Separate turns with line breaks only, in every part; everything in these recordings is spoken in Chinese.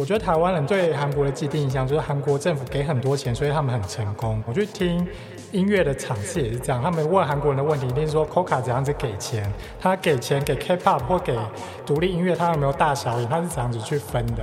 觉得台湾人对韩国的既定印象就是韩国政府给很多钱，所以他们很成功。我去听音乐的场次也是这样，他们问韩国人的问题一定说 Coca 怎样子给钱，他给钱给 K-pop 或给独立音乐，他有没有大小眼，他是怎样子去分的。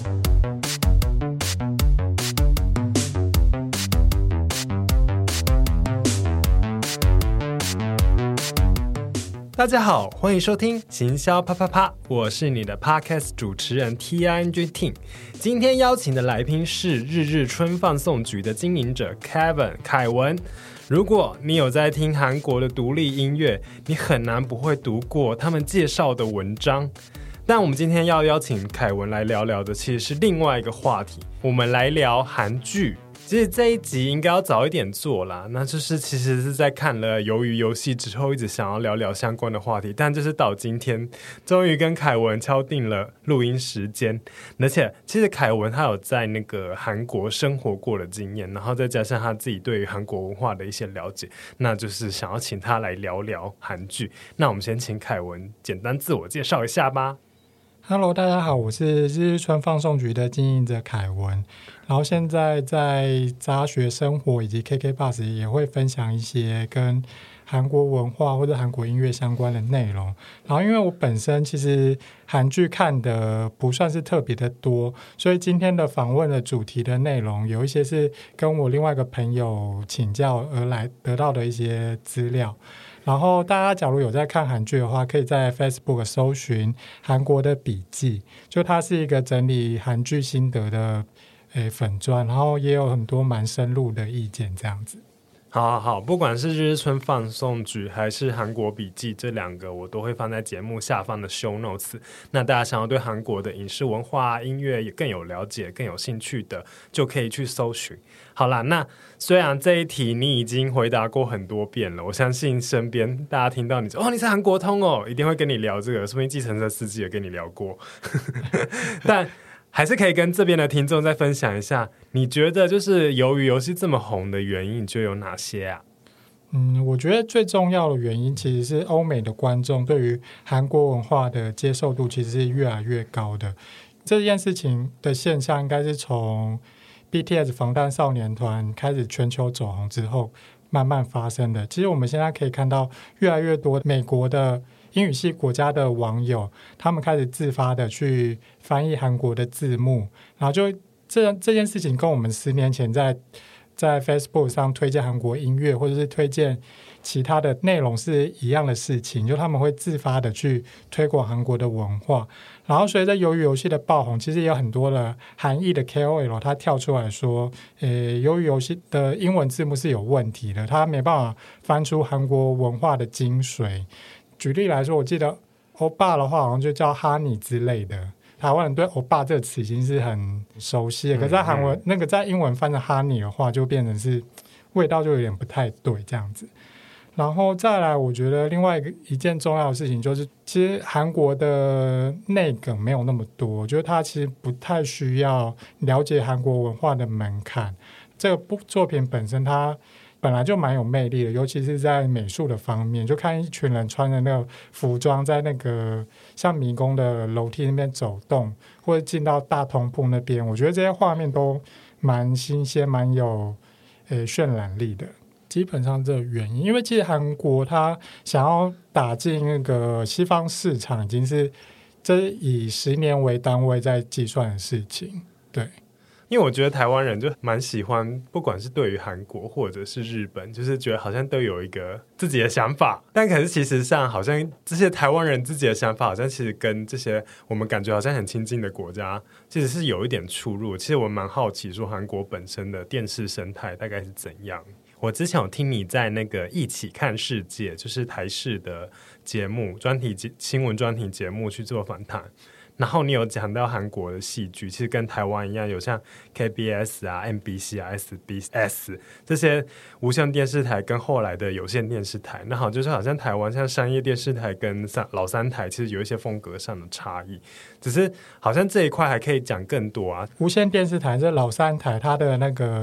大家好，欢迎收听行销啪啪啪，我是你的 Podcast 主持人 TING Ting。今天邀请的来宾是日日春放送局的经营者 Kevin 凯文。如果你有在听韩国的独立音乐，你很难不会读过他们介绍的文章。但我们今天要邀请凯文来聊聊的其实是另外一个话题，我们来聊韩剧。其实这一集应该要早一点做啦，那就是其实是在看了鱿鱼游戏之后一直想要聊聊相关的话题，但就是到今天终于跟凯文敲定了录音时间。而且其实凯文他有在那个韩国生活过的经验，然后再加上他自己对于韩国文化的一些了解，那就是想要请他来聊聊韩剧。那我们先请凯文简单自我介绍一下吧。
Hello， 大家好，我是日日春放送局的经营者凯文，然后现在在杂学生活以及 KKBOX 也会分享一些跟韩国文化或者韩国音乐相关的内容。然后因为我本身其实韩剧看的不算是特别的多，所以今天的访问的主题的内容有一些是跟我另外一个朋友请教而来得到的一些资料。然后大家假如有在看韩剧的话，可以在 Facebook 搜寻韩国的笔记，就它是一个整理韩剧心得的粉专，然后也有很多蛮深入的意见这样子。
好，不管是日日春放送局还是韩国笔记，这两个我都会放在节目下方的 show notes。那大家想要对韩国的饮食文化、音乐也更有了解、更有兴趣的，就可以去搜寻。好啦，那虽然这一题你已经回答过很多遍了，我相信身边大家听到你说你是韩国通哦，一定会跟你聊这个，说不定计程车司机也跟你聊过。但还是可以跟这边的听众再分享一下，你觉得就是鱿鱼游戏这么红的原因，你觉得有哪些啊？
我觉得最重要的原因其实是欧美的观众对于韩国文化的接受度其实是越来越高的。这件事情的现象应该是从 BTS 防弹少年团开始全球走红之后慢慢发生的。其实我们现在可以看到越来越多美国的英语系国家的网友，他们开始自发的去翻译韩国的字幕，然后就这件事情跟我们10年前在 Facebook 上推荐韩国音乐或者是推荐其他的内容是一样的事情，就他们会自发的去推广韩国的文化。然后随着鱿鱼游戏的爆红，其实也有很多的韩裔的 KOL 他跳出来说鱿鱼游戏的英文字幕是有问题的，他没办法翻出韩国文化的精髓。举例来说，我记得欧巴的话好像就叫哈尼之类的，台湾人对欧巴这个词已经是很熟悉了，可是在韩文那个在英文翻成哈尼的话就变成是味道就有点不太对这样子。然后再来我觉得另外一件重要的事情就是其实韩国的内梗没有那么多，我觉得它其实不太需要了解韩国文化的门槛。这个部作品本身它本来就蛮有魅力的，尤其是在美术的方面，就看一群人穿着那个服装在那个像迷宫的楼梯那边走动，或者进到大通铺那边，我觉得这些画面都蛮新鲜蛮有渲染力的。基本上这个原因，因为其实韩国它想要打进那个西方市场，已经是这以10年为单位在计算的事情。对，
因为我觉得台湾人就蛮喜欢，不管是对于韩国或者是日本，就是觉得好像都有一个自己的想法，但可是其实上好像这些台湾人自己的想法好像其实跟这些我们感觉好像很亲近的国家其实是有一点出入。其实我蛮好奇说韩国本身的电视生态大概是怎样。我之前有听你在那个一起看世界，就是台视的节目新闻专题节目去做访谈，然后你有讲到韩国的戏剧其实跟台湾一样，有像 KBS 啊 MBC 啊 SBS 这些无线电视台跟后来的有线电视台，那就是好像台湾像商业电视台跟老三台其实有一些风格上的差异，只是好像这一块还可以讲更多啊。
无线电视台这老三台它的那个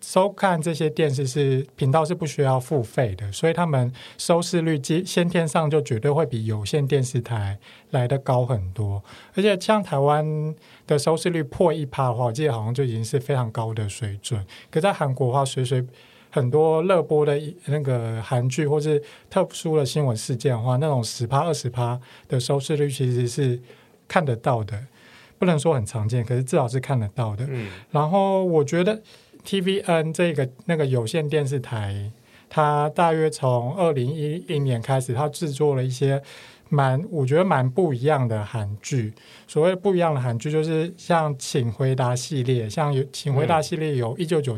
收看这些电视频道是不需要付费的，所以他们收视率先天上就绝对会比有线电视台来得高很多。而且像台湾的收视率破1%的话，我记得好像就已经是非常高的水准。可在韩国的话，很多热播的那个韩剧或是特殊的新闻事件的话，那种10%、20%的收视率其实是看得到的，不能说很常见，可是至少是看得到的。然后我觉得 TVN 那个有线电视台，它大约从2011年开始，它制作了一些我觉得蛮不一样的韩剧。所谓不一样的韩剧，就是像请回答系列，像请回答系列有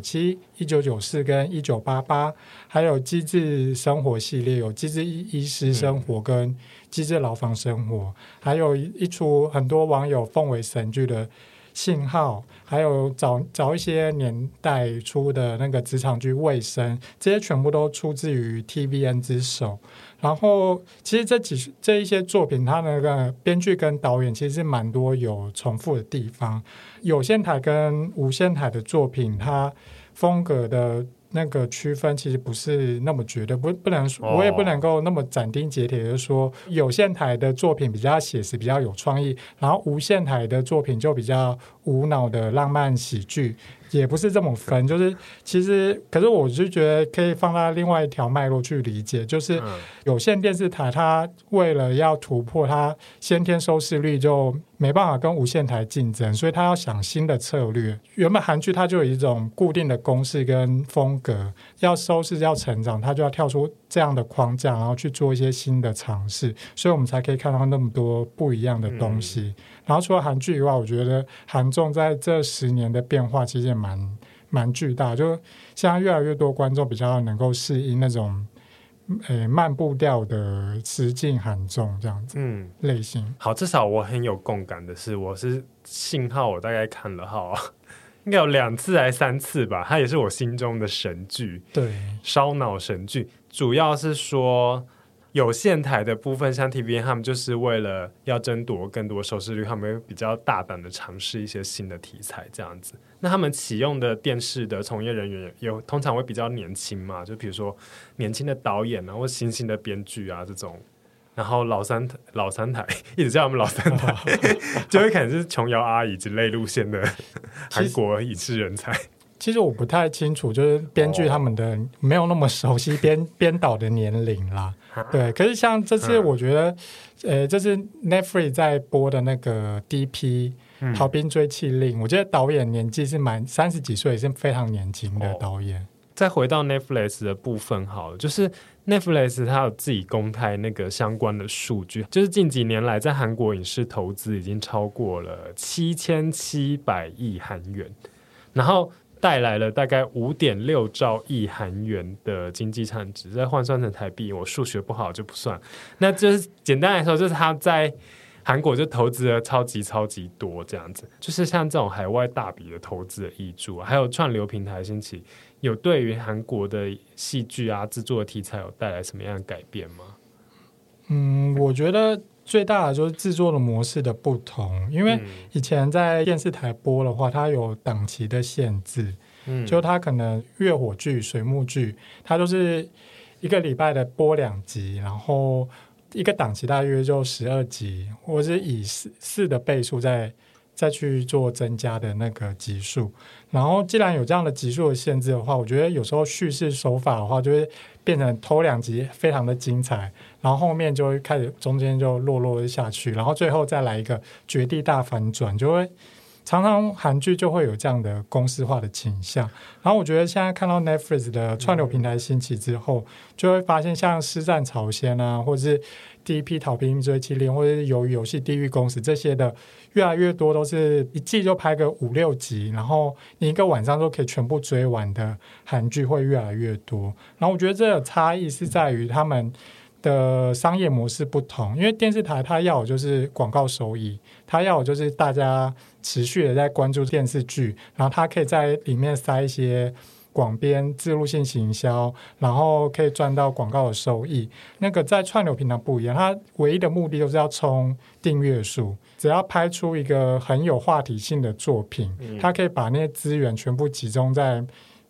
1997、1994跟1988，还有机智生活系列有机智医师生活跟机智牢房生活，还有一出很多网友奉为神剧的信号，还有早一些年代出的那个职场剧卫生，这些全部都出自于 TVN 之手。然后其实这一些作品，它那个编剧跟导演其实是蛮多有重复的地方。有线台跟无线台的作品，它风格的那个区分其实不是那么绝对，不能我也不能够那么斩钉截铁的说有线台的作品比较写实比较有创意，然后无线台的作品就比较无脑的浪漫喜剧，也不是这么分。就是其实可是我就觉得可以放到另外一条脉络去理解，就是有线电视台它为了要突破它先天收视率就没办法跟无线台竞争，所以他要想新的策略。原本韩剧它就有一种固定的公式跟风格，要收视要成长，它就要跳出这样的框架，然后去做一些新的尝试，所以我们才可以看到那么多不一样的东西。然后除了韩剧以外，我觉得韩综在这10年的变化其实也蛮巨大，就现在越来越多观众比较能够适应那种慢步调的实境韩综这样子类型。
好，至少我很有共感的是，我是信号，我大概看了应该有2次还3次吧，它也是我心中的神剧，
对，
烧脑神剧。主要是说有线台的部分，像 TVN 他们就是为了要争夺更多收视率，他们会比较大胆的尝试一些新的题材这样子。那他们启用的电视的从业人员通常会比较年轻嘛，就比如说年轻的导演啊，或新兴的编剧啊这种。然后老三台一直叫他们老三台就会可能是琼瑶阿姨之类路线的韩国影视人才。
其实我不太清楚，就是编剧他们的没有那么熟悉编导的年龄啦。对，可是像这次我觉得这次 Netflix 在播的那个 DP 逃兵追缉令，我觉得导演年纪是30几岁，是非常年轻的导演。
再回到 Netflix 的部分好了，就是 Netflix 它有自己公开那个相关的数据，就是近几年来在韩国影视投资已经超过了7700亿韩元，然后带来了大概5.6兆亿韩元的经济产值，再换算成台币，我数学不好就不算。那就是简单来说，就是他在韩国就投资了超级多这样子。就是像这种海外大笔的投资的挹注，还有串流平台兴起，有对于韩国的戏剧啊制作的题材有带来什么样的改变吗？
我觉得最大的就是制作的模式的不同，因为以前在电视台播的话，它有档期的限制，就它可能月火剧、水木剧，它都是一个礼拜的播2集，然后一个档期大约就12集，或是以4的倍数再去做增加的那个集数。然后既然有这样的集数的限制的话，我觉得有时候叙事手法的话就会变成头2集非常的精彩，然后后面就会开始中间就落下去，然后最后再来一个绝地大反转，就会常常韩剧就会有这样的公式化的倾向。然后我觉得现在看到 Netflix 的串流平台兴起之后，就会发现像师战朝鲜啊，或者是第一批逃兵追缉令，或者是鱿鱼游戏地狱公使这些的越来越多都是一季就拍个5-6集，然后你一个晚上都可以全部追完的韩剧会越来越多。然后我觉得这个差异是在于他们的商业模式不同，因为电视台它要的就是广告收益，它要的就是大家持续的在关注电视剧，然后它可以在里面塞一些广编置入性行销，然后可以赚到广告的收益。那个在串流平台不一样，它唯一的目的就是要冲订阅数，只要拍出一个很有话题性的作品，它可以把那些资源全部集中在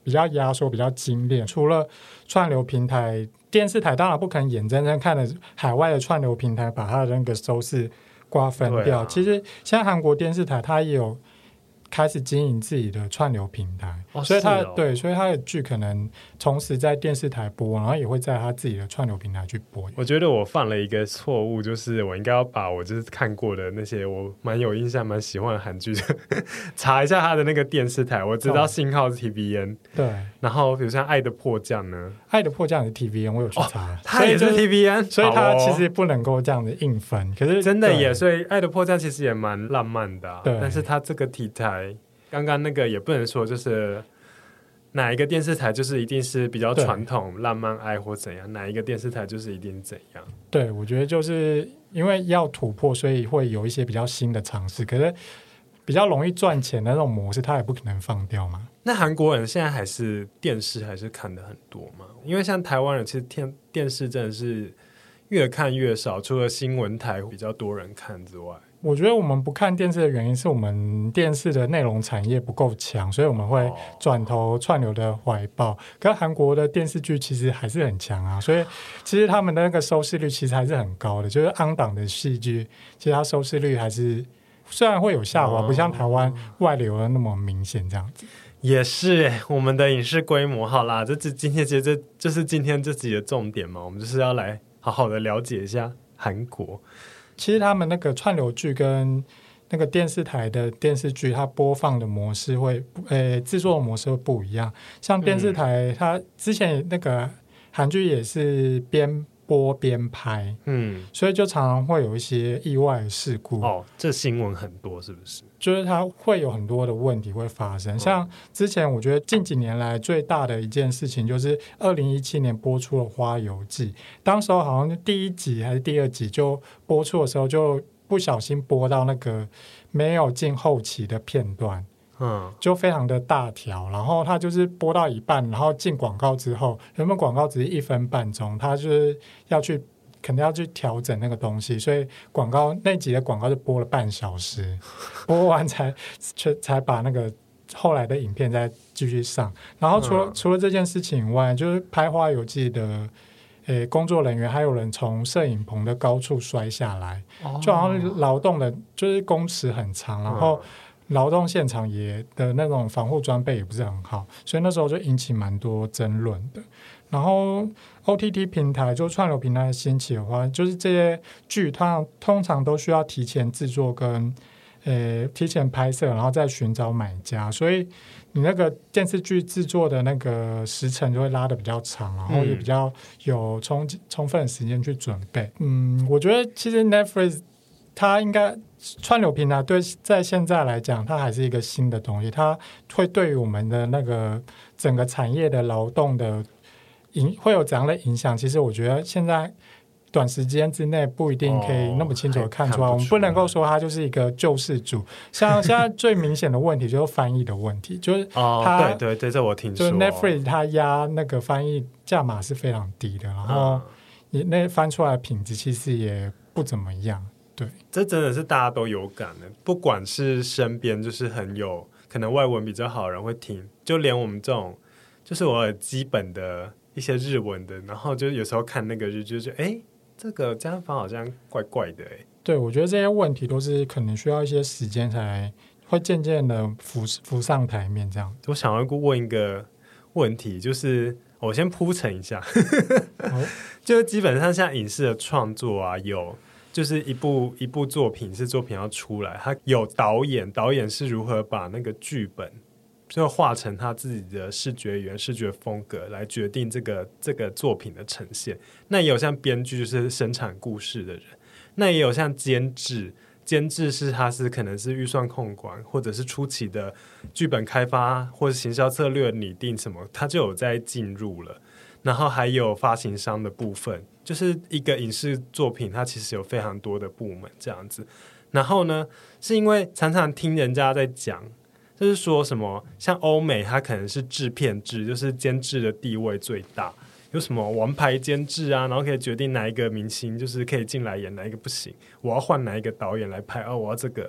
比较压缩比较精炼。除了串流平台，电视台当然不可能眼睁睁看着海外的串流平台把它的那个收视瓜分掉，其实现在韩国电视台它也有开始经营自己的串流平台，所以所以它的剧可能同时在电视台播，然后也会在它自己的串流平台去播。
我觉得我犯了一个错误，就是我应该要把我就是看过的那些我蛮有印象蛮喜欢的韩剧的查一下它的那个电视台。我知道信号是 TVN，
对，
然后比如像爱的迫降呢，
爱的迫降是 TVN， 我有去查，
它也是 TVN，
所以它其实不能够这样子硬分。可是
真的也，所以爱的迫降其实也蛮浪漫的
对，
但是它这个题材刚刚那个也不能说就是哪一个电视台就是一定是比较传统浪漫爱或怎样，哪一个电视台就是一定怎样。
对，我觉得就是因为要突破，所以会有一些比较新的尝试，可是比较容易赚钱的那种模式它也不可能放掉嘛。
那韩国人现在还是电视还是看的很多吗？因为像台湾人其实电视真的是越看越少，除了新闻台比较多人看之外，
我觉得我们不看电视的原因是我们电视的内容产业不够强，所以我们会转投串流的怀抱。可是韩国的电视剧其实还是很强啊，所以其实他们的那个收视率其实还是很高的，就是on档的戏剧其实它收视率还是虽然会有下滑，不像台湾外流的那么明显这样子。
也是我们的影视规模好啦，今天其实这就是今天这集的重点嘛，我们就是要来好好的了解一下韩国。
其实他们那个串流剧跟那个电视台的电视剧，它播放的模式会制作的模式会不一样。像电视台，它之前那个韩剧也是边播边拍，所以就常常会有一些意外的事故。
这新闻很多是不是？
就是它会有很多的问题会发生。像之前我觉得近几年来最大的一件事情就是2017年播出了《花游记》，当时候好像第1集还是第2集就播出的时候，就不小心播到那个没有进后期的片段，就非常的大条，然后它就是播到一半，然后进广告之后，原本广告只是1分半钟，它就是肯定要去调整那个东西，所以那集的广告就播了半小时，播完才把那个后来的影片再继续上。然后除了这件事情以外，就是拍《花游记》的工作人员还有人从摄影棚的高处摔下来，就好像劳动的就是工时很长，然后劳动现场的那种防护装备也不是很好，所以那时候就引起蛮多争论的。然后 OTT 平台就串流平台兴起的话，就是这些剧它通常都需要提前制作跟提前拍摄，然后再寻找买家，所以你那个电视剧制作的那个时程就会拉得比较长，然后也比较有充分的时间去准备。我觉得其实 Netflix 它应该串流平台在现在来讲，它还是一个新的东西，它会对于我们的那个整个产业的劳动的会有怎样的影响？其实我觉得现在短时间之内不一定可以那么清楚的看出来，我们不能够说它就是一个救世主。像现在最明显的问题就是翻译的问题，就是
对，这我听说，
就是 Netflix 它压那个翻译价码是非常低的，然后那翻出来的品质其实也不怎么样。对，
这真的是大家都有感的，不管是身边就是很有可能外文比较好的人会听，就连我们这种就是我基本的一些日文的，然后就有时候看那个日剧就这个家访好像怪怪的
对，我觉得这些问题都是可能需要一些时间才会渐渐的浮上台面这样。
我想要问一个问题，就是我先铺陈一下就是基本上像影视的创作啊，有就是一部作品要出来，它有导演是如何把那个剧本就画成他自己的视觉语言、视觉风格来决定这个作品的呈现。那也有像编剧，就是生产故事的人，那也有像监制是他是可能是预算控管，或者是初期的剧本开发或者行销策略拟定什么，他就有在进入了。然后还有发行商的部分，就是一个影视作品它其实有非常多的部门这样子。然后呢，是因为常常听人家在讲，就是说什么像欧美它可能是制片制，就是监制的地位最大，有什么王牌监制啊，然后可以决定哪一个明星就是可以进来演，哪一个不行，我要换哪一个导演来拍，我要这个。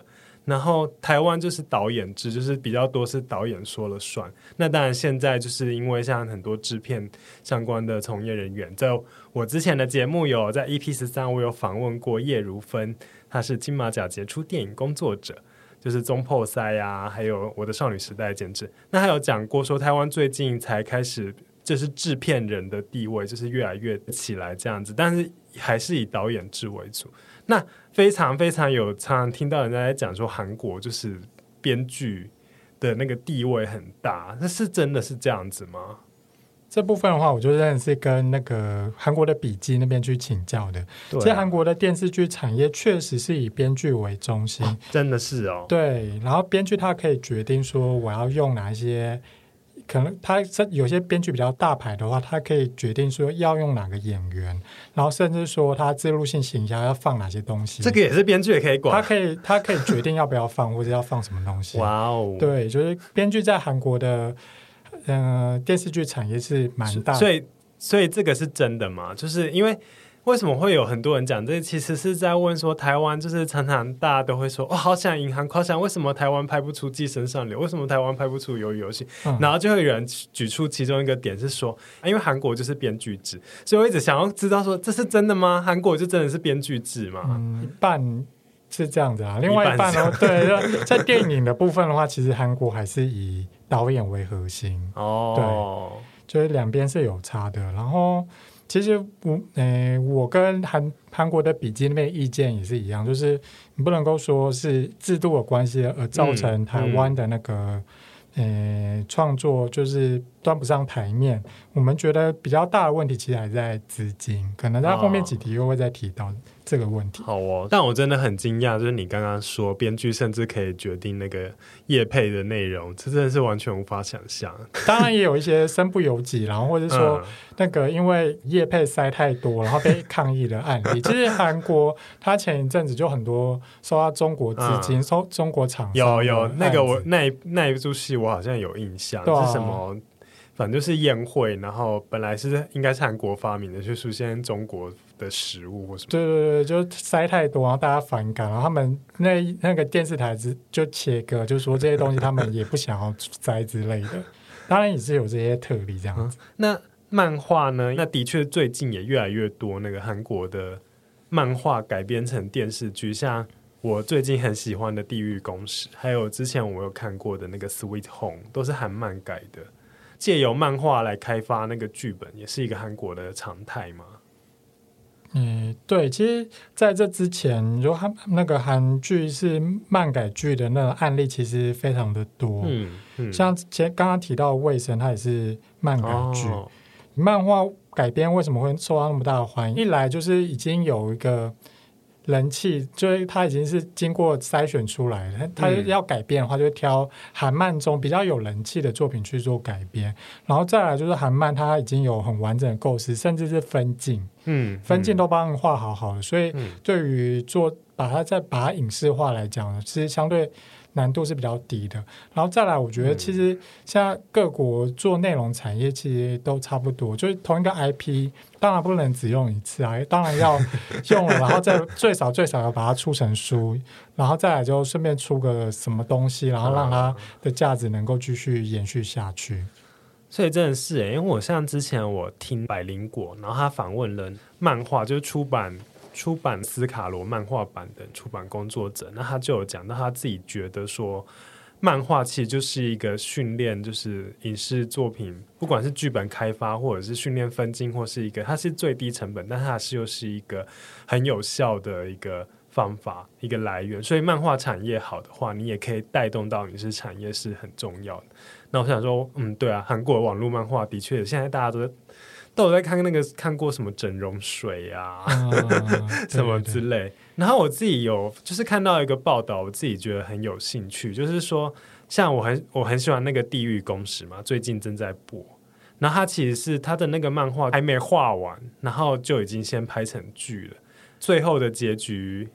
然后台湾就是导演制，就是比较多是导演说了算。那当然现在就是因为像很多制片相关的从业人员，在我之前的节目有在 EP13我有访问过叶如芬，她是金马奖杰出电影工作者，就是中破塞啊，还有我的少女时代监制。那还有讲过说台湾最近才开始就是制片人的地位就是越来越起来这样子，但是还是以导演制为主。那非常非常有常常听到人家在讲说韩国就是编剧的那个地位很大，那是真的是这样子吗？
这部分的话，我就认识跟那个韩国的笔记那边去请教的。
对啊，
其实韩国的电视剧产业确实是以编剧为中心，
真的是哦。
对，然后编剧他可以决定说我要用哪一些。可能他有些编剧比较大牌的话，他可以决定说要用哪个演员，然后甚至说他植入性行销要放哪些东西，
这个也是编剧也可以管。
他可以决定要不要放或者要放什么东西。
哇哦，
对，就是编剧在韩国的电视剧产业是蛮大的，
所以这个是真的吗？就是因为为什么会有很多人讲这其实是在问说台湾就是常常大家都会说哦，好想赢韩国，好想为什么台湾拍不出寄生上流，为什么台湾拍不出鱿鱼游戏，然后就会有人举出其中一个点是说因为韩国就是编剧制，所以我一直想要知道说这是真的吗？韩国就真的是编剧制吗？
一半是这样子啊，另外一半呢，对，在电影的部分的话，其实韩国还是以导演为核心
哦，
对，就是两边是有差的。然后其实我跟韩国的笔记那边意见也是一样，就是你不能够说是制度的关系而造成台湾的那个创作就是端不上台面。我们觉得比较大的问题其实还在资金，可能在后面几题又会再提到这个问题。
好哦，但我真的很惊讶，就是你刚刚说编剧甚至可以决定那个业配的内容，这真的是完全无法想象。
当然也有一些身不由己，然后或者说那个因为业配塞太多，然后被抗议的案例。其实韩国他前一阵子就很多收到中国资金、收中国厂商
有那个我那一出戏我好像有印象，是什么？反正就是宴会，然后本来是应该是韩国发明的，就出现中国的食物或什么。
对对对，就塞太多，然后大家反感，然后他们那个电视台就切割，就说这些东西他们也不想要塞之类的。当然也是有这些特例这样子。
那漫画呢？那的确最近也越来越多那个韩国的漫画改编成电视剧，像我最近很喜欢的《地狱公使》，还有之前我有看过的那个《Sweet Home》，都是韩漫改的。借由漫画来开发那个剧本，也是一个韩国的常态吗？
对，其实在这之前，如果那个韩剧是漫改剧的那个案例，其实非常的多。像刚刚提到的《卫生》，它也是漫改剧。漫画改编为什么会受到那么大的欢迎？一来就是已经有一个人气，就是它已经是经过筛选出来了，它要改编的话就挑韩漫中比较有人气的作品去做改编，然后再来就是韩漫它已经有很完整的构思，甚至是分镜，分镜都帮你画好好的，所以对于把它影视化来讲，其实相对难度是比较低的。然后再来我觉得其实现在各国做内容产业其实都差不多，就是同一个 IP 当然不能只用一次啊，当然要用了然后再最少要把它出成书，然后再来就顺便出个什么东西，然后让它的价值能够继续延续下去。
所以真的是因为我像之前我听百灵果，然后他访问了漫画就是出版斯卡罗漫画版的出版工作者，那他就有讲到他自己觉得说漫画其实就是一个训练，就是影视作品不管是剧本开发或者是训练分镜，或是一个它是最低成本，但它又是一个很有效的一个方法，一个来源。所以漫画产业好的话，你也可以带动到影视产业是很重要的。那我想说对啊，韩国的网络漫画的确现在大家都有在看过什么整容水啊什么之类。对对，然后我自己有就是看到一个报道，我自己觉得很有兴趣，就是说像我很喜欢那个《地狱公使》嘛，最近正在播，然后它其实是它的那个漫画还没画完，然后就已经先拍成剧了，最后的结局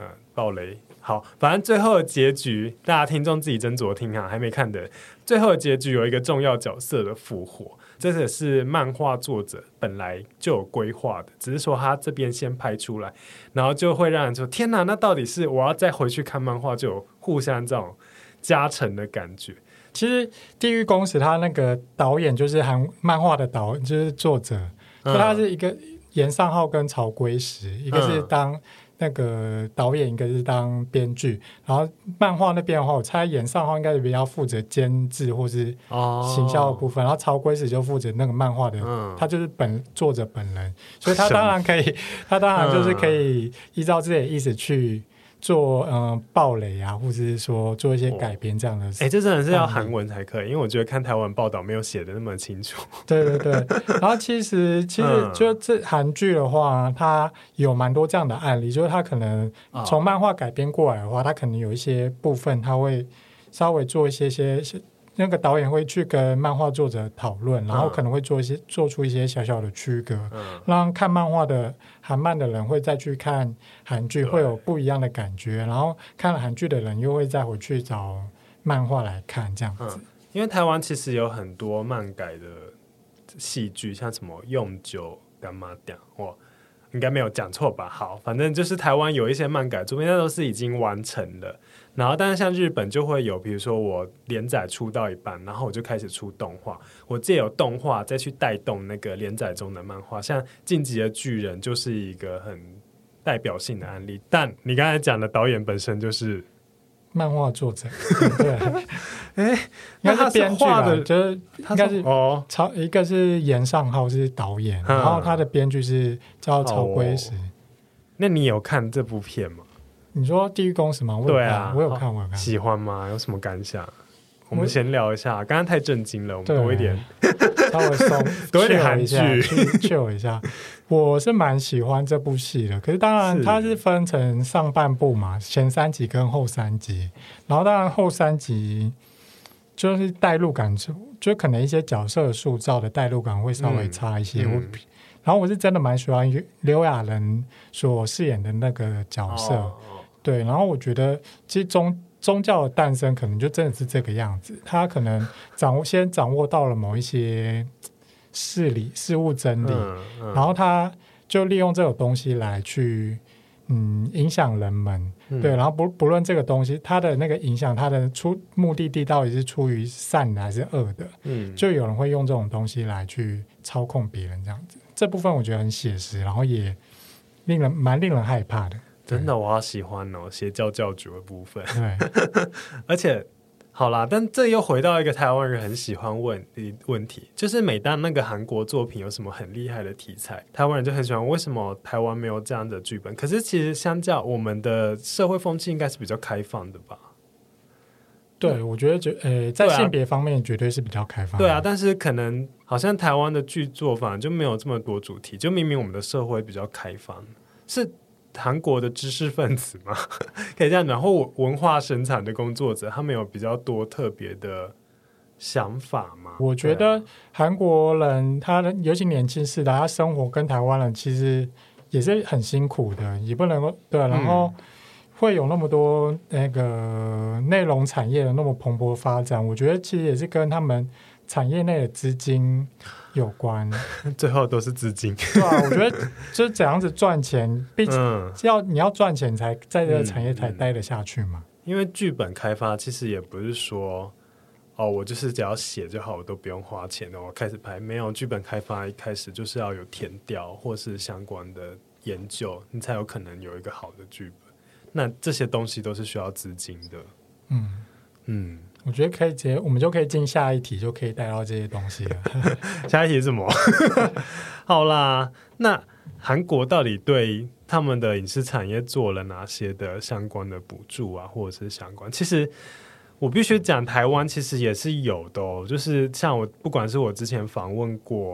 爆雷。好，反正最后的结局，大家听众自己斟酌听哈，还没看的，最后的结局有一个重要角色的复活，这也是漫画作者本来就有规划的，只是说他这边先拍出来，然后就会让人说天哪，那到底是我要再回去看漫画，就有互相这种加成的感觉。
其实《地狱公使》他那个导演就是漫画的就是作者，所以他是一个岩上浩跟曹圭时，一个是当那个导演，一个是当编剧。然后漫画那边的话，我猜岩上浩应该是比较负责监制或是行销的部分，然后曹圭时就负责那个漫画的，他就是作者本人，所以他当然可以，他当然就是可以依照自己的意思去做爆雷啊，或者是说做一些改编这样的事。
这真的是要韩文才可以，因为我觉得看台湾报道没有写的那么清楚。
对对对，然后其实就这韩剧的话，它有蛮多这样的案例，就是它可能从漫画改编过来的话，它可能有一些部分它会稍微做一些那个导演会去跟漫画作者讨论，然后可能会做出一些小小的区隔，让看漫画的韩漫的人会再去看韩剧，会有不一样的感觉，然后看了韩剧的人又会再回去找漫画来看这样子。
因为台湾其实有很多漫改的戏剧，像什么用酒干嘛讲，我应该没有讲错吧？好，反正就是台湾有一些漫改作品，那都是已经完成了。然后但是像日本就会有，比如说我连载出到一半，然后我就开始出动画，我借由动画再去带动那个连载中的漫画，像进击的巨人就是一个很代表性的案例。但你刚才讲的导演本身就是
漫画作者，对，
那他
是编剧的，就是应该是一个是岩上浩是导演，然后他的编剧是叫曹圭时。
那你有看这部片吗？
你说《地狱公使》吗？
对啊，
我有看，
喜欢吗？有什么感想？我们先聊一下，刚刚太震惊了，我们多一点，
稍微
多一点韩剧
，chill一下。我是蛮喜欢这部戏的，可是当然它是分成上半部嘛，前3集跟后3集，然后当然后3集就是代入感，就可能一些角色塑造的代入感会稍微差一些。然后我是真的蛮喜欢刘亚仁所饰演的那个角色，对，然后我觉得其实宗教的诞生可能就真的是这个样子，他可能先掌握到了某一些事物真理，然后他就利用这种东西来去影响人们，对，然后不论这个东西它的那个影响，它的目的地到底是出于善的还是恶的，就有人会用这种东西来去操控别人这样子。这部分我觉得很写实，然后也蛮令人害怕的。
真的，我好喜欢哦，邪教教主的部分。
对，
而且好啦，但这又回到一个台湾人很喜欢问的问题，就是每当那个韩国作品有什么很厉害的题材，台湾人就很喜欢为什么台湾没有这样的剧本。可是其实相较我们的社会风气应该是比较开放的吧。
对，我觉得在性别方面绝对是比较开放的。
对啊，但是可能好像台湾的剧作反而就没有这么多主题，就明明我们的社会比较开放，是韩国的知识分子嘛，可以这样讲，然后文化生产的工作者，他们有比较多特别的想法吗？
我觉得韩国人尤其年轻世代，他生活跟台湾人其实也是很辛苦的，也不能够对，然后会有那么多那个内容产业的那么蓬勃发展，我觉得其实也是跟他们产业内的资金有关。
最后都是资金。
对啊，我觉得就是怎样子赚钱，毕竟你要赚钱才在这个产业才待得下去嘛。
因为剧本开发其实也不是说我就是只要写就好，我都不用花钱的，我开始拍。没有，剧本开发一开始就是要有填调或是相关的研究，你才有可能有一个好的剧本。那这些东西都是需要资金的。
我觉得可以我们就可以进下一题，就可以带到这些东西了。
下一题是什么？好啦，那韩国到底对他们的影视产业做了哪些的相关的补助啊，或者是相关？其实我必须讲，台湾其实也是有的哦。就是像不管是我之前访问过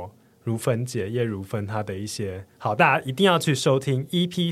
如芬姐叶如芬她的一些好，大家一定要去收听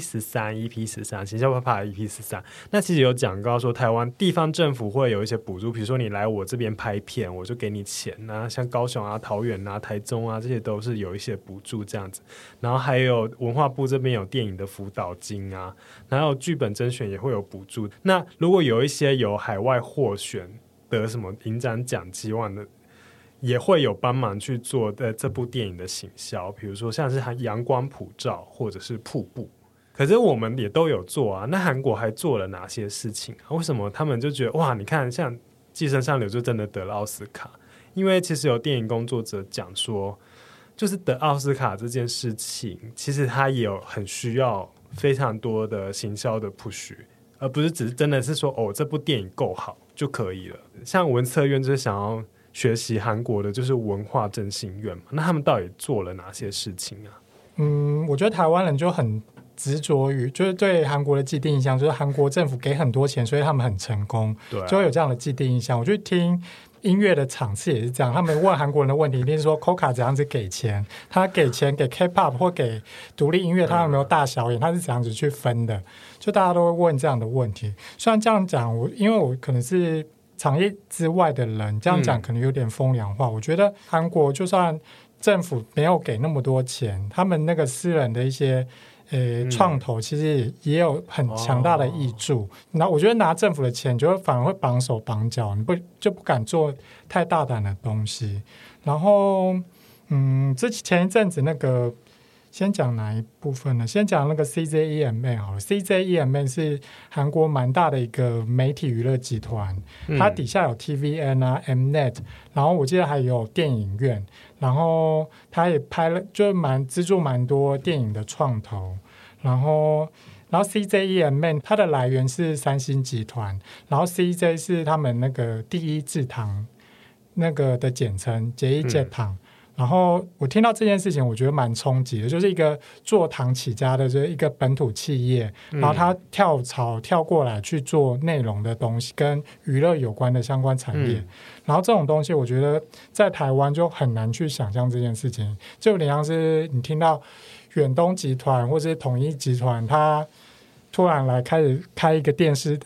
EP13 行销啪啪 EP13。那其实有讲到说台湾地方政府会有一些补助，比如说你来我这边拍片我就给你钱啊，像高雄啊桃园啊台中啊这些都是有一些补助这样子。然后还有文化部这边有电影的辅导金啊，然后剧本甄选也会有补助。那如果有一些有海外获选得什么影展奖期望的，也会有帮忙去做这部电影的行销，比如说像是阳光普照或者是瀑布。可是我们也都有做啊，那韩国还做了哪些事情啊？为什么他们就觉得哇，你看像《寄生上流》就真的得了奥斯卡？因为其实有电影工作者讲说，就是得奥斯卡这件事情其实它也有很需要非常多的行销的 push， 而不是只是真的是说哦这部电影够好就可以了。像文策院就是想要学习韩国的就是文化振兴院嘛，那他们到底做了哪些事情啊？
我觉得台湾人就很执着于就是对韩国的既定印象，就是韩国政府给很多钱所以他们很成功，
对啊，
就会有这样的既定印象。我去听音乐的场次也是这样，他们问韩国人的问题一定是说 Coca 怎样子给钱，他给钱给 K-pop 或给独立音乐他有没有大小眼，他是怎样子去分的，就大家都会问这样的问题。虽然这样讲因为我可能是产业之外的人，这样讲可能有点风凉话。我觉得韩国就算政府没有给那么多钱，他们那个私人的一些创投其实也有很强大的挹注。那我觉得拿政府的钱就反而会绑手绑脚，你就不敢做太大胆的东西。然后前一阵子那个先讲哪一部分呢？先讲那个 CJEM 好了。CJEM 是韩国蛮大的一个媒体娱乐集团，它底下有 TVN 啊 Mnet， 然后我记得还有电影院，然后它也拍了就资助蛮多电影的创投，然后 CJEM 它的来源是三星集团，然后 CJ 是他们那个第一制糖那个的简称，结一蔗糖。然后我听到这件事情我觉得蛮冲击的，就是一个做糖起家的就是一个本土企业，然后他跳过来去做内容的东西跟娱乐有关的相关产业，然后这种东西我觉得在台湾就很难去想象这件事情，就有点像是你听到远东集团或是统一集团他突然来开始开一个电视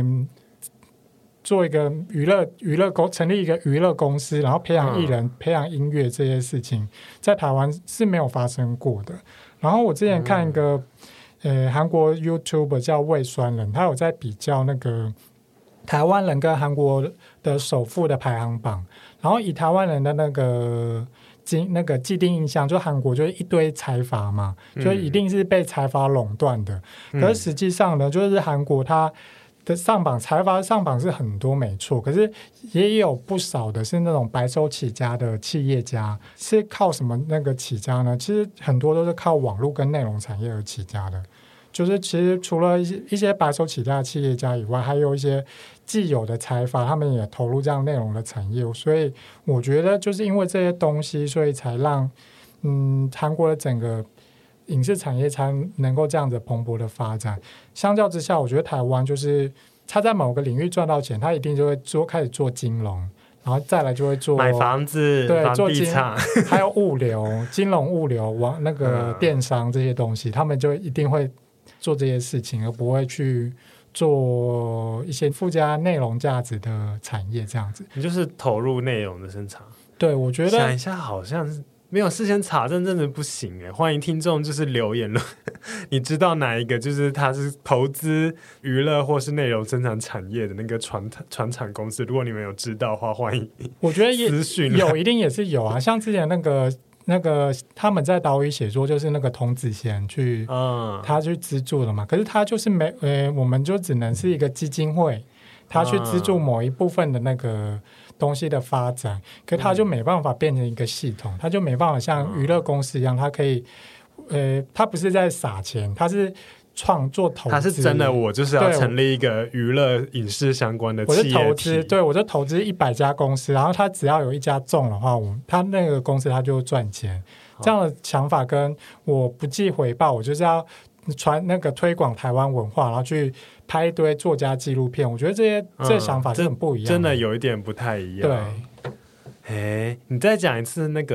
做一个成立一个娱乐公司，然后培养艺人、培养音乐这些事情，在台湾是没有发生过的。然后我之前看一个韩国 YouTuber 叫魏酸人，他有在比较那个台湾人跟韩国的首富的排行榜，然后以台湾人的那个既定印象，就韩国就是一堆财阀嘛，就一定是被财阀垄断的。可是实际上呢，就是韩国它的财阀上榜是很多没错，可是也有不少的是那种白手起家的企业家，是靠什么那个起家呢？其实很多都是靠网络跟内容产业而起家的。就是其实除了一些白手起家的企业家以外，还有一些既有的财阀，他们也投入这样内容的产业。所以我觉得就是因为这些东西，所以才让韩国的整个影视产业才能够这样子蓬勃的发展。相较之下，我觉得台湾就是他在某个领域赚到钱，他一定就会开始做金融，然后再来就会做
买房子、
对，
房地产，
还有物流、金融物流、那个电商这些东西，他们就一定会做这些事情，而不会去做一些附加内容价值的产业这样子。
你就是投入内容的生产。
对，我觉得
想一下好像是没有事先查证真的不行耶。欢迎听众就是留言了你知道哪一个就是他是投资娱乐或是内容生产产业的那个传产公司，如果你们有知道的话欢迎
我觉得
私讯
有一定也是有啊，像之前那个他们在岛屿写作就是那个童子贤去他去资助了嘛，可是他就是我们就只能是一个基金会，他去资助某一部分的那个东西的发展，可是他就没办法变成一个系统，他就没办法像娱乐公司一样，他可以他不是在撒钱，他是做投资，
他是真的我就是要成立一个娱乐影视相关的企业体，
我就投资，对，我就投资100家公司，然后他只要有一家中的话，他那个公司他就赚钱。这样的想法跟我不计回报，我就是要推广台湾文化，然后去拍一堆作家纪录片，我觉得这想法是很不一样的，
真的有一点不太一样。
对，
你再讲一次那个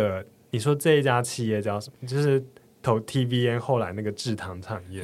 你说这一家企业叫什么？就是投 TVN 后来那个制糖产业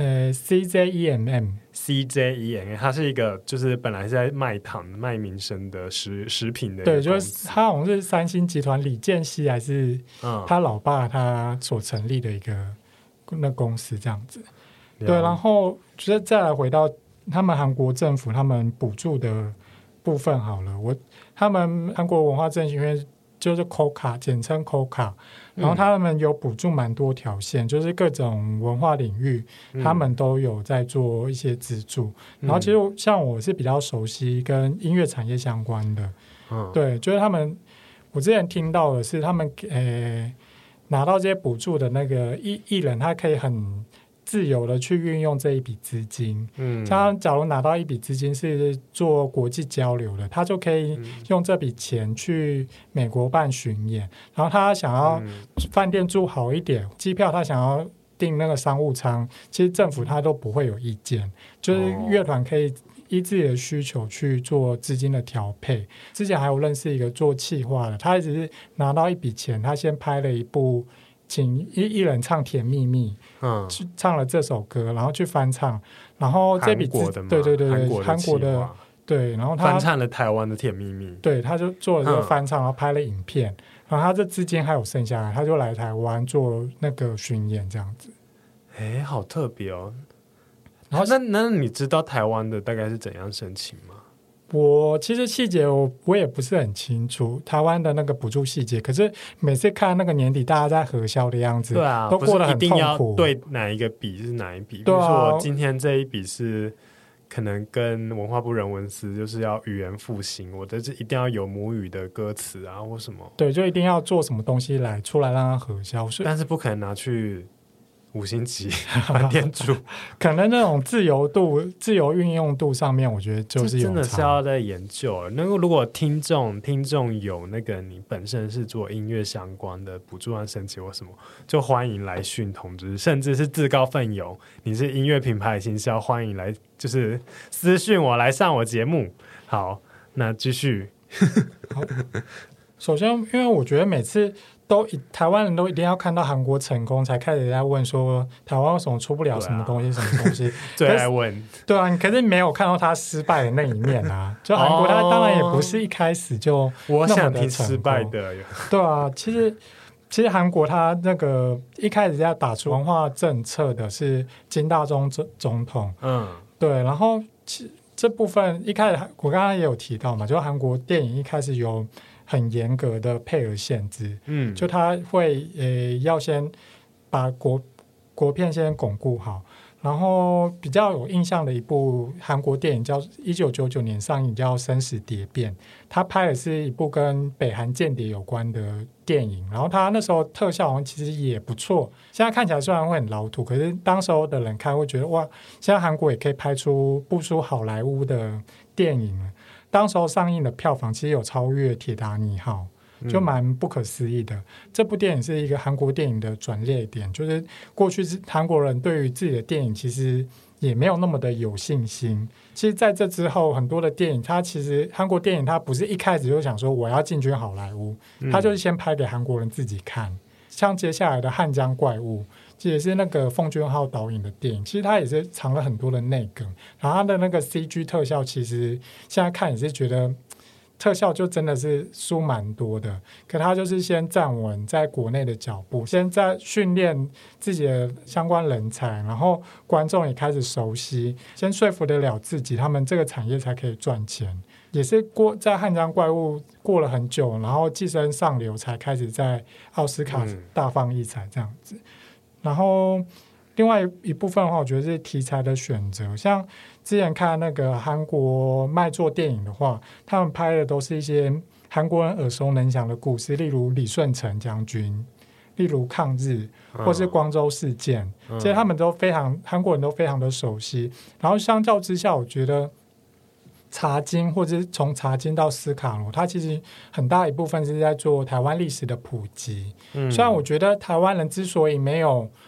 CJEMM，
它是一个就是本来是在卖糖卖民生的食品的，
对，就是他好像是三星集团李健熙还是他老爸他所成立的一个那公司这样子。对，然后就是再来回到他们韩国政府他们补助的部分好了，他们韩国文化振兴院就是 KOCA 简称 KOCA， 然后他们有补助蛮多条线，就是各种文化领域他们都有在做一些资助，然后其实像我是比较熟悉跟音乐产业相关的，对，就是他们我之前听到的是他们拿到这些补助的那个艺人他可以很自由的去运用这一笔资金，像假如拿到一笔资金是做国际交流的，他就可以用这笔钱去美国办巡演，然后他想要饭店住好一点，机票他想要订那个商务舱，其实政府他都不会有意见，就是乐团可以依自己的需求去做资金的调配。之前还有认识一个做企划的，他只是拿到一笔钱，他先拍了一部请艺人唱《甜蜜蜜》，去唱了这首歌，然后去翻唱，然后这笔对韩国的对，然后他
翻唱了台湾的《甜蜜蜜》，
对，他就做了这个翻唱，然后拍了影片，然后他这资金还有剩下来，他就来台湾做那个巡演这样子。
好特别哦。然后那你知道台湾的大概是怎样申请吗？
我其实细节我也不是很清楚台湾的那个补助细节，可是每次看那个年底大家在核销的样子，
对啊，
都过得很痛苦。
不是一定要对哪一个笔是哪一笔，比如说我今天这一笔是可能跟文化部人文司就是要语言复兴，我的这一定要有母语的歌词啊或什么，
对，就一定要做什么东西出来让它核销，
但是不可能拿去5星级饭店住
可能那种自由运用度上面我觉得就是有差，
真的是要在研究。那如果听众有那个你本身是做音乐相关的补助案申请或什么，就欢迎来讯通知，甚至是自告奋勇你是音乐品牌行销，欢迎来就是私讯我来上我节目。好，那继续
好，首先因为我觉得每次台湾人都一定要看到韩国成功才开始在问说台湾为什么出不了什么东西、什么东西
最爱问，
对啊，你可是没有看到他失败的那一面啊就韩国他当然也不是一开始就
我想听失败的，
对啊，其实韩国他那个一开始在打出文化政策的是金大中总统，对，然后这部分一开始我刚刚也有提到嘛，就韩国电影一开始有很严格的配额限制，就他会要先把国片先巩固好，然后比较有印象的一部韩国电影叫1999年上映叫《生死蝶变》，他拍的是一部跟北韩间谍有关的电影，然后他那时候特效好像其实也不错，现在看起来虽然会很老土，可是当时候的人看会觉得哇，现在韩国也可以拍出不输好莱坞的电影了。当时候上映的票房其实有超越《铁达尼号》，就蛮不可思议的。这部电影是一个韩国电影的转捩点，就是过去韩国人对于自己的电影其实也没有那么的有信心。其实在这之后很多的电影，其实韩国电影它不是一开始就想说我要进军好莱坞，它就是先拍给韩国人自己看。像接下来的《汉江怪物》这也是那个奉俊昊导演的电影，其实他也是藏了很多的内梗，然后他的那个 CG 特效其实现在看也是觉得特效就真的是输蛮多的，可他就是先站稳在国内的脚步，先在训练自己的相关人才，然后观众也开始熟悉，先说服得了自己，他们这个产业才可以赚钱。也是在汉江怪物过了很久，然后寄生上流才开始在奥斯卡大放异彩这样子。然后另外一部分的话，我觉得是题材的选择，像之前看那个韩国卖座电影的话，他们拍的都是一些韩国人耳熟能详的故事，例如李舜臣将军，例如抗日或是光州事件，这些他们都韩国人都非常的熟悉。然后相较之下，我觉得茶金或者是从茶金到斯卡罗，它其实很大一部分是在做台湾历史的普及。虽然我觉得台湾人之所以没有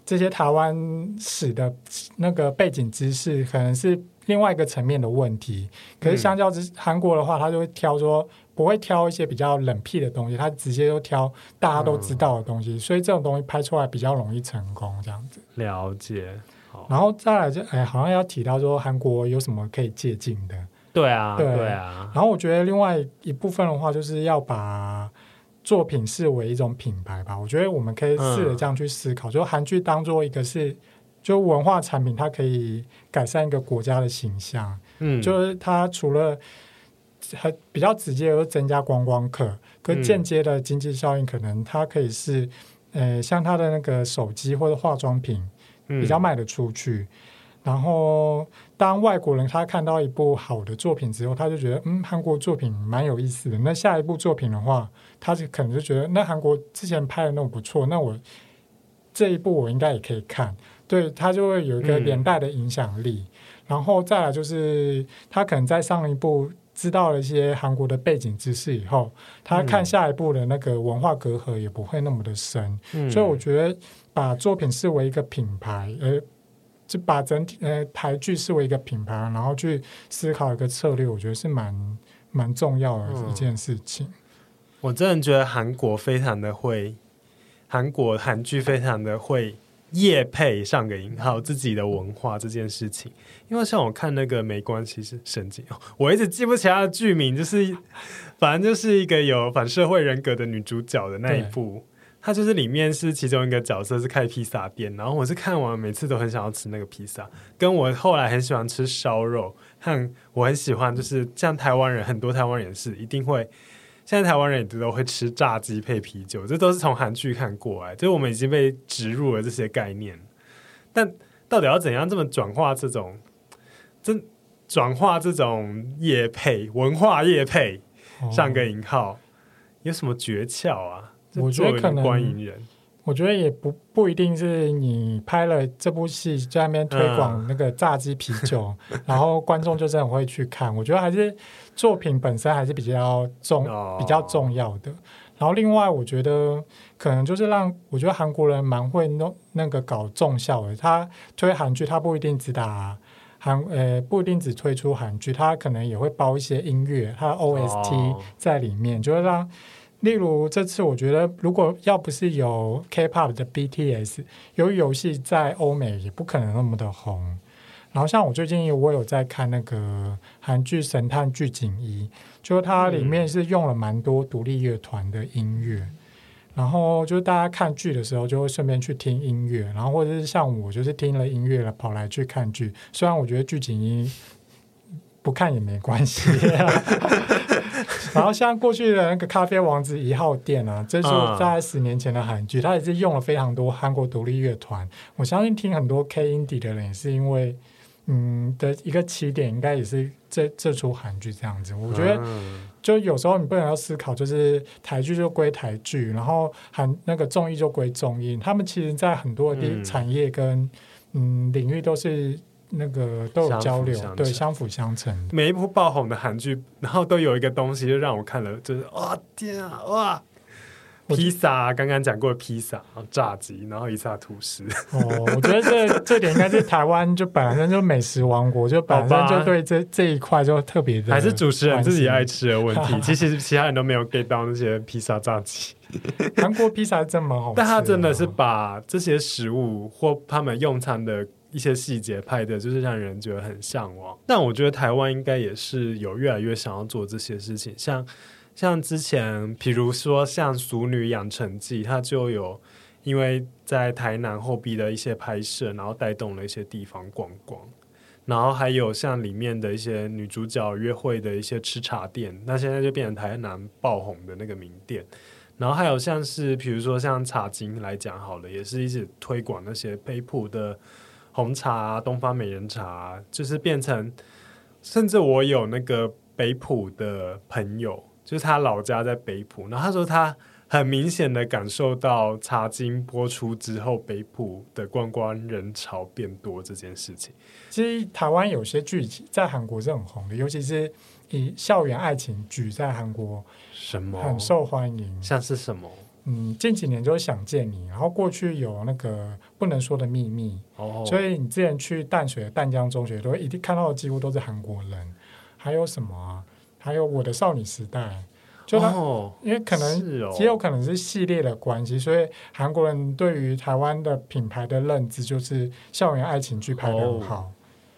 这些台湾史的那个背景知识可能是另外一个层面的问题，可是相较之韩国的话，他就会挑说不会挑一些比较冷僻的东西，他直接就挑大家都知道的东西，所以这种东西拍出来比较容易成功这样子。
了解。
然后再来就好像要提到说韩国有什么可以借鉴的。
对啊，
对
对啊。
然后我觉得另外一部分的话，就是要把作品视为一种品牌吧。我觉得我们可以试着这样去思考，就韩剧当做一个是就文化产品，它可以改善一个国家的形象。就是它除了比较直接的增加观光客，跟间接的经济效应，可能它可以是像它的那个手机或者化妆品比较卖得出去。然后当外国人他看到一部好的作品之后，他就觉得韩国作品蛮有意思的，那下一部作品的话，他就可能就觉得那韩国之前拍的那么不错，那我这一部我应该也可以看，对，他就会有一个连带的影响力。然后再来就是他可能在上一部知道了一些韩国的背景知识以后，他看下一部的那个文化隔阂也不会那么的深。所以我觉得把作品视为一个品牌，就把整体台剧视为一个品牌，然后去思考一个策略，我觉得是蛮重要的一件事情。
我真的觉得韩国非常的会，韩剧非常的会业配上个引号自己的文化这件事情。因为像我看那个没关系是神经，我一直记不起他的剧名，就是反正就是一个有反社会人格的女主角的那一部。他就是里面是其中一个角色是开披萨店，然后我是看完每次都很想要吃那个披萨，跟我后来很喜欢吃烧肉，和我很喜欢就是像台湾人，很多台湾人是一定会，现在台湾人也都会吃炸鸡配啤酒，这都是从韩剧看过来，就是我们已经被植入了这些概念。但到底要怎样这么转化这种业配文化业配上个引号，有什么诀窍啊？
我觉得可能
观影人，
我觉得也不一定是你拍了这部戏在那边推广那个炸鸡啤酒，然后观众就真的会去看。我觉得还是作品本身还是比较重要的。然后另外我觉得可能就是我觉得韩国人蛮会那个搞重效的，他推韩剧他不一定只不一定只推出韩剧，他可能也会包一些音乐，他的 OST 在里面，就会让例如这次我觉得如果要不是有 K-pop 的 BTS， 由于游戏在欧美也不可能那么的红。然后像我最近我有在看那个韩剧《神探剧景一》，就它里面是用了蛮多独立乐团的音乐，然后就是大家看剧的时候就会顺便去听音乐，然后或者是像我就是听了音乐了跑来去看剧，虽然我觉得剧景一不看也没关系然后像过去的那个咖啡王子1号店啊，这是大概10年前的韩剧，它也是用了非常多韩国独立乐团。我相信听很多 K-indie 的人也是因为的一个起点应该也是这出韩剧这样子。我觉得就有时候你不能要思考，就是台剧就归台剧，然后那个综艺就归综艺，他们其实在很多的产业跟领域都是那个都有交流，对，相辅相成。
每一部爆红的韩剧，然后都有一个东西就让我看了，就是哇天啊哇！披萨，刚刚讲过的披萨，然后炸鸡，然后一萨吐司。
我觉得这点应该是台湾就本身就美食王国，就本身就对这一块就特别的。
还是主持人自己爱吃的问题，其实其他人都没有 get 到那些披萨炸鸡。
韩国披萨真蛮好吃，
但他真的是把这些食物或他们用餐的一些细节拍的，就是让人觉得很向往。但我觉得台湾应该也是有越来越想要做这些事情，像之前比如说像《俗女养成记》，它就有因为在台南后壁的一些拍摄，然后带动了一些地方观光，然后还有像里面的一些女主角约会的一些吃茶店，那现在就变成台南爆红的那个名店。然后还有像是比如说像茶经来讲好了，也是一直推广那些北埔的红茶、东方美人茶，就是变成甚至我有那个北埔的朋友，就是他老家在北埔，然后他说他很明显的感受到茶经播出之后北埔的观光人潮变多这件事情。
其实台湾有些剧集在韩国是很红的，尤其是以校园爱情剧在韩国
什么
很受欢迎，
像是什么
近几年就是想见你，然后过去有那个不能说的秘密，所以你之前去淡水的淡江中学都会一定看到的几乎都是韩国人。还有什么啊？还有我的少女时代，就它因为可能也有可能是系列的关系，所以韩国人对于台湾的品牌的认知就是校园爱情剧拍得很好。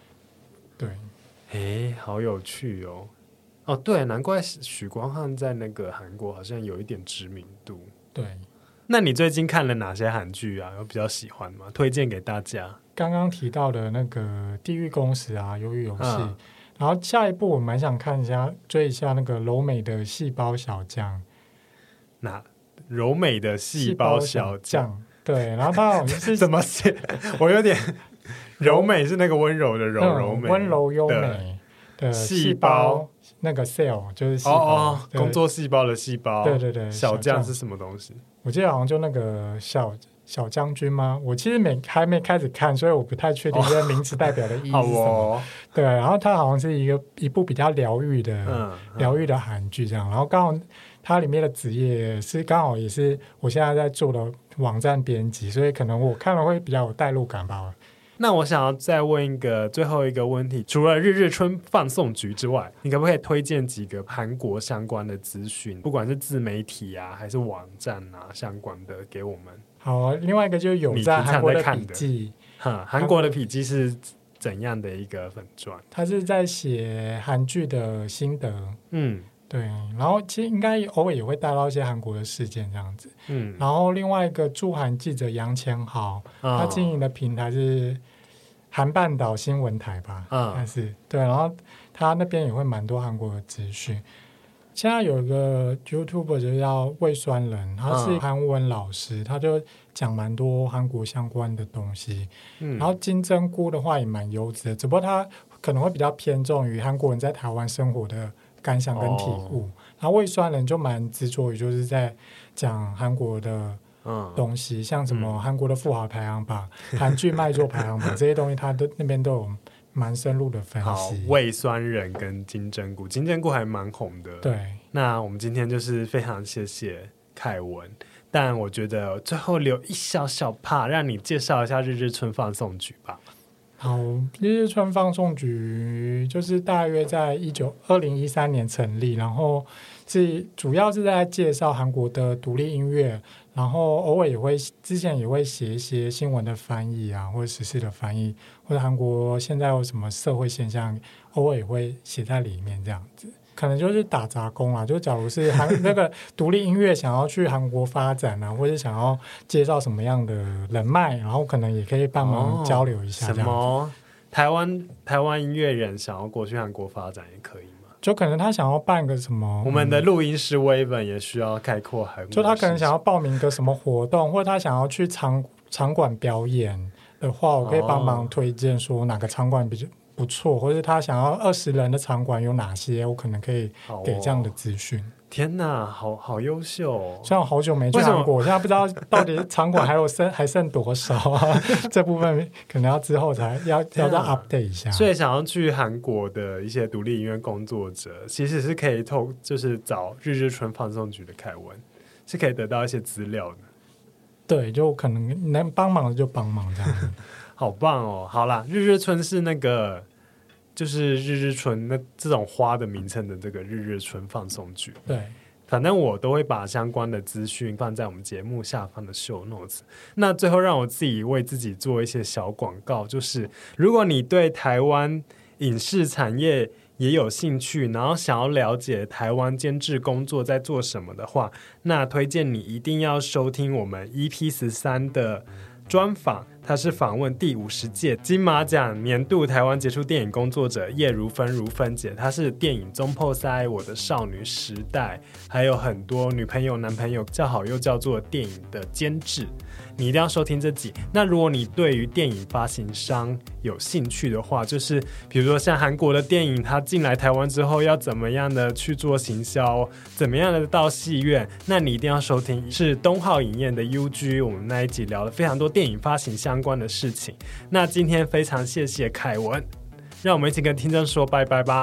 对，好有趣哦，对，难怪许光汉在那个韩国好像有一点知名度。
对，
那你最近看了哪些韩剧啊？有比较喜欢吗？推荐给大家。
刚刚提到的那个《地狱公使》啊，《鱿鱼游戏》然后下一部我蛮想看一下，追一下那个柔美的细胞小将。
柔美的细胞小将？
对，然后它好像是
怎么写？我有点柔美是那个温柔的柔美，
温柔优美的细胞。那个 cell 就是细胞，
工作细胞的细胞。
对对对，
小将是什么东西？我
记得好像就那个小将军吗？我其实还没开始看，所以我不太确定这个名词代表的意义是什么。对，然后它好像是一部比较疗愈的韩剧这样，然后刚好它里面的职业是刚好也是我现在在做的网站编辑，所以可能我看了会比较有代入感吧。
那我想要再问最后一个问题，除了日日春放送局之外，你可不可以推荐几个韩国相关的资讯，不管是自媒体啊还是网站啊相关的给我们？
好，另外一个就是有在韩国的笔记。
韩国的笔记是怎样的一个粉专？
他是在写韩剧的心得。对，然后其实应该偶尔也会带到一些韩国的事件这样子。然后另外一个驻韩记者杨千豪，他经营的平台是韩半岛新闻台吧，但是对，然后他那边也会蛮多韩国的资讯。现在有一个 YouTuber 就叫魏酸人，他是韩文老师，他就讲蛮多韩国相关的东西。然后金针菇的话也蛮优质的，只不过他可能会比较偏重于韩国人在台湾生活的感想跟体悟。然后魏酸人就蛮执着于就是在讲韩国的东西，像什么韩国的富豪排行榜、韩剧卖座排行榜这些东西，他那边都有蛮深入的分析。
胃酸人跟金针菇还蛮红的。
对，
那我们今天就是非常谢谢凯文，但我觉得最后留一小小趴，让你介绍一下日日春放送局吧。
好，日日春放送局就是大约在2013年成立，然后主要是在介绍韩国的独立音乐，然后偶尔之前也会写一些新闻的翻译啊，或者时事的翻译，或者韩国现在有什么社会现象，偶尔也会写在里面这样子。可能就是打杂工啦，就假如是那个独立音乐想要去韩国发展啊，或者想要介绍什么样的人脉，然后可能也可以帮忙交流一下这样子。什么
台湾音乐人想要过去韩国发展也可以吗？
就可能他想要办个什么，
我们的录音师威文也需要概括韩国。
就他可能想要报名个什么活动，或者他想要去场馆表演的话，我可以帮忙推荐说哪个场馆比较不错，或者他想要20人的场馆有哪些，我可能可以给这样的资讯。
天哪，好优秀哦！
虽然我好久没去韩国，我现在不知道到底场馆还剩多少啊？这部分可能要之后才要再 update 一下。
所以想要去韩国的一些独立音乐工作者，其实是可以就是找日日春放送局的凯文，是可以得到一些资料的。
对，就可能能帮忙的就帮忙这样子。
好棒哦！好啦，日日春是那个。就是日日春那这种花的名称的这个日日春放送局。
对，
反正我都会把相关的资讯放在我们节目下方的 show notes。那最后让我自己为自己做一些小广告，就是如果你对台湾影视产业也有兴趣，然后想要了解台湾监制工作在做什么的话，那推荐你一定要收听我们 EP13 的专访，他是访问第50届金马奖年度台湾杰出电影工作者叶如芬姐，她是电影《中破塞》、我的少女时代，还有很多女朋友男朋友叫好又叫座电影的监制，你一定要收听这集。那如果你对于电影发行商有兴趣的话，就是比如说像韩国的电影，它进来台湾之后要怎么样的去做行销，怎么样的到戏院，那你一定要收听是东浩影业的 UG， 我们那一集聊了非常多电影发行相关的事情。那今天非常谢谢凯文，让我们一起跟听众说拜拜吧，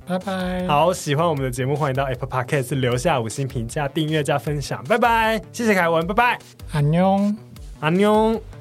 拜拜。
好，喜欢我们的节目，欢迎到 Apple Podcast 留下5星评价、订阅加分享。拜拜，谢谢凯文，拜拜，
안녕。
安妞。